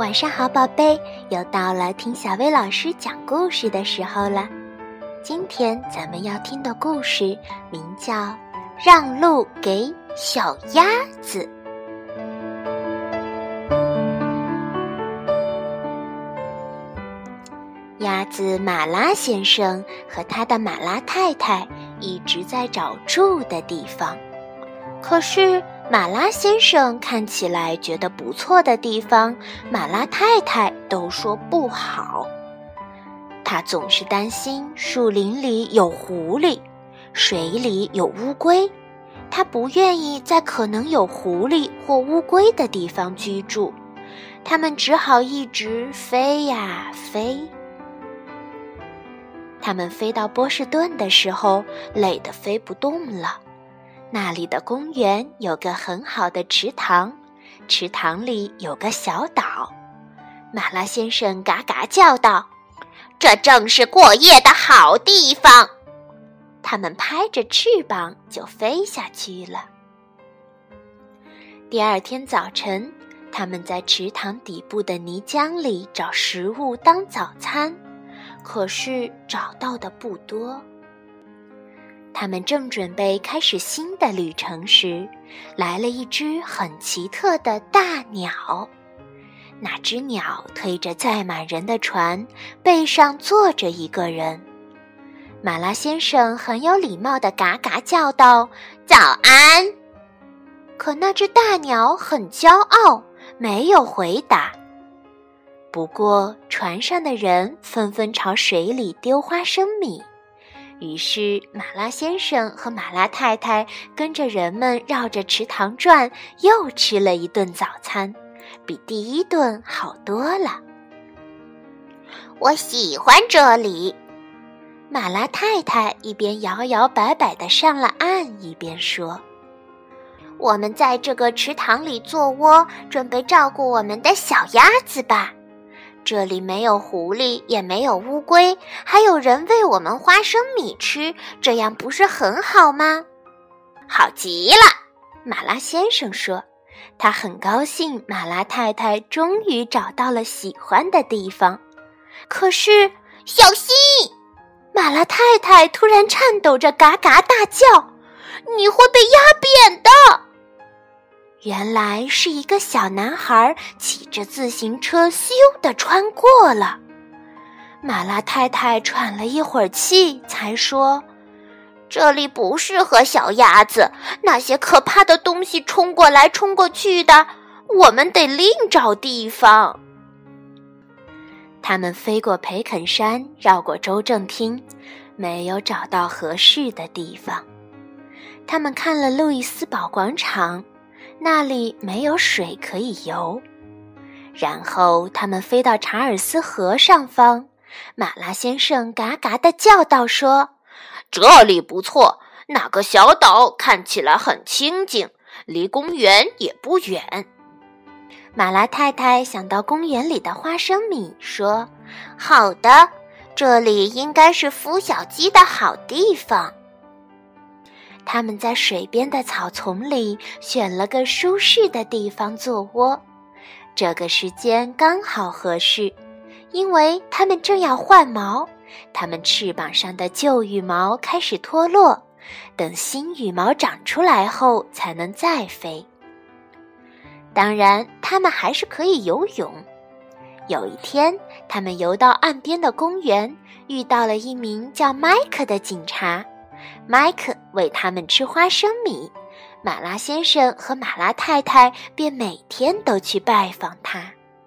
晚上好，宝贝，又到了听小薇老师讲故事的时候了。今天咱们要听的故事名叫《让路给小鸭子》。鸭子马拉先生和他的马拉太太一直在找住的地方，可是马拉先生看起来觉得不错的地方，马拉太太都说不好。他总是担心树林里有狐狸，水里有乌龟，他不愿意在可能有狐狸或乌龟的地方居住，他们只好一直飞呀飞。他们飞到波士顿的时候，累得飞不动了。那里的公园有个很好的池塘，池塘里有个小岛。马拉先生嘎嘎叫道：“这正是过夜的好地方！”他们拍着翅膀就飞下去了。第二天早晨，他们在池塘底部的泥浆里找食物当早餐，可是找到的不多。他们正准备开始新的旅程时，来了一只很奇特的大鸟。那只鸟推着载满人的船，背上坐着一个人。马拉先生很有礼貌地嘎嘎叫道：“早安！”可那只大鸟很骄傲，没有回答。不过船上的人纷纷朝水里丢花生米，于是马拉先生和马拉太太跟着人们绕着池塘转，又吃了一顿早餐，比第一顿好多了。我喜欢这里，马拉太太一边摇摇摆摆地上了岸，一边说：“我们在这个池塘里做窝，准备照顾我们的小鸭子吧。这里没有狐狸，也没有乌龟，还有人喂我们花生米吃，这样不是很好吗？”好极了，马拉先生说，他很高兴马拉太太终于找到了喜欢的地方。可是，小心！马拉太太突然颤抖着嘎嘎大叫：“你会被压扁的！”原来是一个小男孩骑着自行车咻地穿过了。马拉太太喘了一会儿气，才说：“这里不适合小鸭子，那些可怕的东西冲过来冲过去的，我们得另找地方。”他们飞过培肯山，绕过州政厅，没有找到合适的地方。他们看了路易斯堡广场，那里没有水可以游。然后他们飞到查尔斯河上方，马拉先生嘎嘎地叫道说：“这里不错，那个小岛看起来很清静，离公园也不远。”马拉太太想到公园里的花生米，说：“好的，这里应该是孵小鸡的好地方。”他们在水边的草丛里选了个舒适的地方做窝，这个时间刚好合适，因为它们正要换毛，它们翅膀上的旧羽毛开始脱落，等新羽毛长出来后才能再飞。当然，它们还是可以游泳。有一天，他们游到岸边的公园，遇到了一名叫麦克的警察。麦克喂他们吃花生米，马拉先生和马拉太太便每天都去拜访他。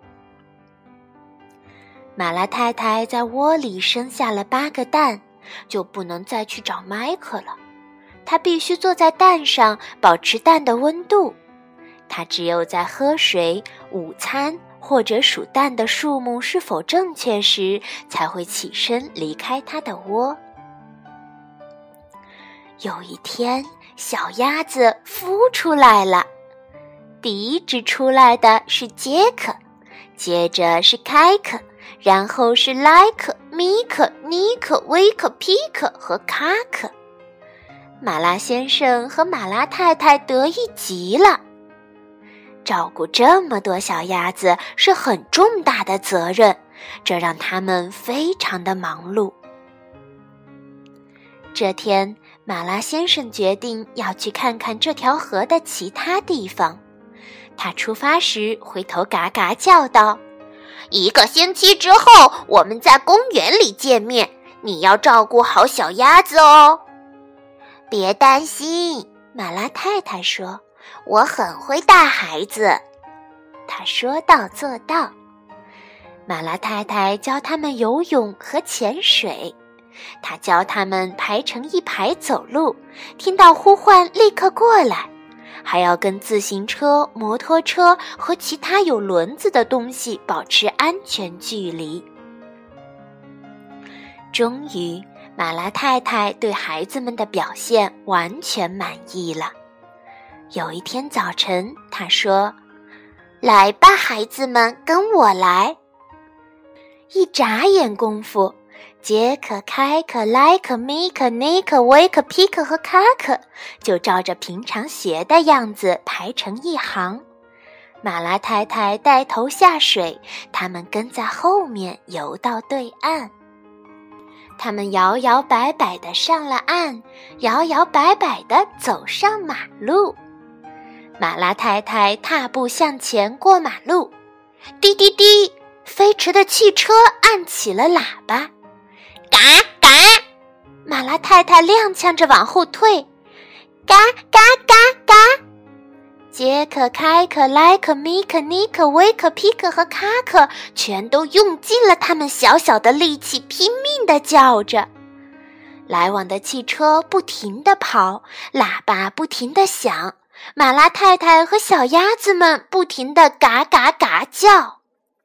马拉太太在窝里生下了8个蛋，就不能再去找麦克了。她必须坐在蛋上，保持蛋的温度。她只有在喝水、午餐或者数蛋的数目是否正确时，才会起身离开她的窝。有一天，小鸭子孵出来了。第一只出来的是杰克，接着是凯克，然后是莱克、米克、尼克、威克、皮克和卡克。马拉先生和马拉太太得意极了。 照顾这么多小鸭子是很重大的责任，这让他们非常的忙碌。这天，马拉先生决定要去看看这条河的其他地方。他出发时回头嘎嘎叫道：“1个星期之后，我们在公园里见面，你要照顾好小鸭子哦。”“别担心。”马拉太太说，“我很会带孩子。”她说到做到。马拉太太教他们游泳和潜水，她教他们排成一排走路，听到呼唤立刻过来，还要跟自行车、摩托车和其他有轮子的东西保持安全距离。终于，马拉太太对孩子们的表现完全满意了。有一天早晨，她说：“来吧，孩子们，跟我来。”一眨眼功夫，杰克、凯克、莱克、米克、尼克、维克、皮克和卡克就照着平常学的样子排成一行。马拉太太带头下水，他们跟在后面游到对岸。他们摇摇摆摆地上了岸，摇摇摆摆地走上马路。马拉太太踏步向前过马路，滴滴滴，飞驰的汽车按起了喇叭。嘎嘎，马拉太太踉跄着往后退。嘎嘎嘎嘎，杰克、凯克、莱克、米克、尼克、维克、皮克和卡克全都用尽了他们小小的力气，拼命地叫着。来往的汽车不停地跑，喇叭不停地响，马拉太太和小鸭子们不停地嘎嘎嘎叫。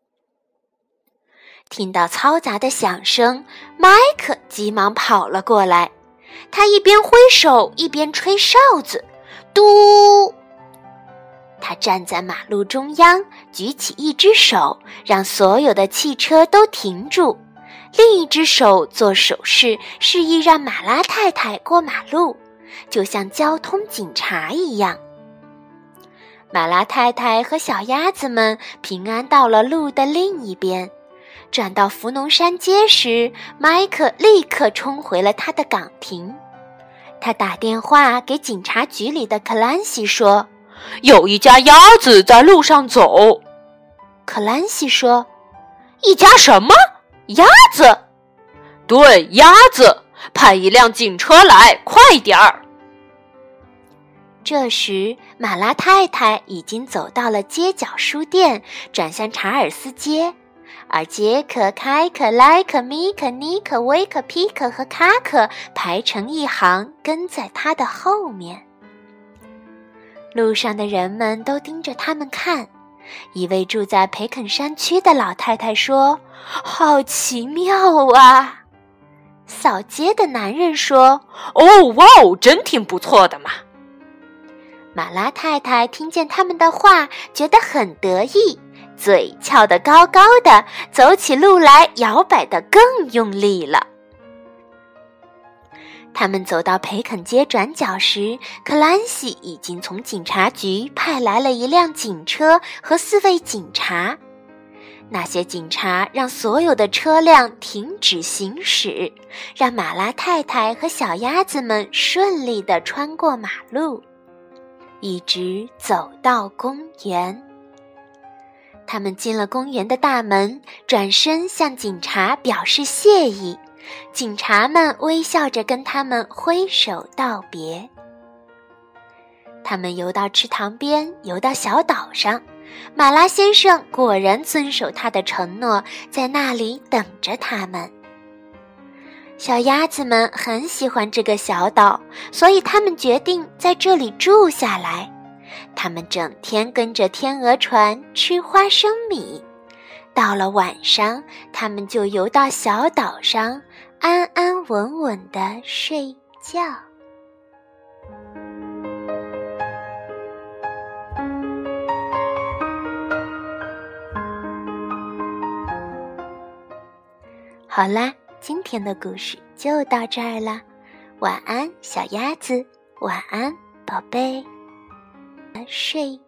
听到嘈杂的响声，麦克急忙跑了过来，他一边挥手一边吹哨子，嘟！他站在马路中央，举起一只手，让所有的汽车都停住，另一只手做手势，示意让马拉太太过马路，就像交通警察一样。马拉太太和小鸭子们平安到了路的另一边。转到福农山街时，麦克立刻冲回了他的岗亭。他打电话给警察局里的克兰西说：“有一家鸭子在路上走。”克兰西说：“一家什么？鸭子？”“对，鸭子，派一辆警车来，快点儿。”这时，马拉太太已经走到了街角书店，转向查尔斯街。而杰克、凯克、莱克、米克、尼克、维克、皮克和卡克排成一行，跟在他的后面。路上的人们都盯着他们看。一位住在培肯山区的老太太说：“好奇妙啊！”扫街的男人说：“哦，哇哦，真挺不错的嘛。”马拉太太听见他们的话，觉得很得意，嘴翘得高高的，走起路来摇摆得更用力了。他们走到培肯街转角时，克兰西已经从警察局派来了一辆警车和4位警察。那些警察让所有的车辆停止行驶，让马拉太太和小鸭子们顺利地穿过马路，一直走到公园。他们进了公园的大门，转身向警察表示谢意。警察们微笑着跟他们挥手道别。他们游到池塘边，游到小岛上。马拉先生果然遵守他的承诺，在那里等着他们。小鸭子们很喜欢这个小岛，所以他们决定在这里住下来。他们整天跟着天鹅船吃花生米，到了晚上，他们就游到小岛上，安安稳稳地睡觉。好啦，今天的故事就到这儿了。晚安，小鸭子，晚安，宝贝，睡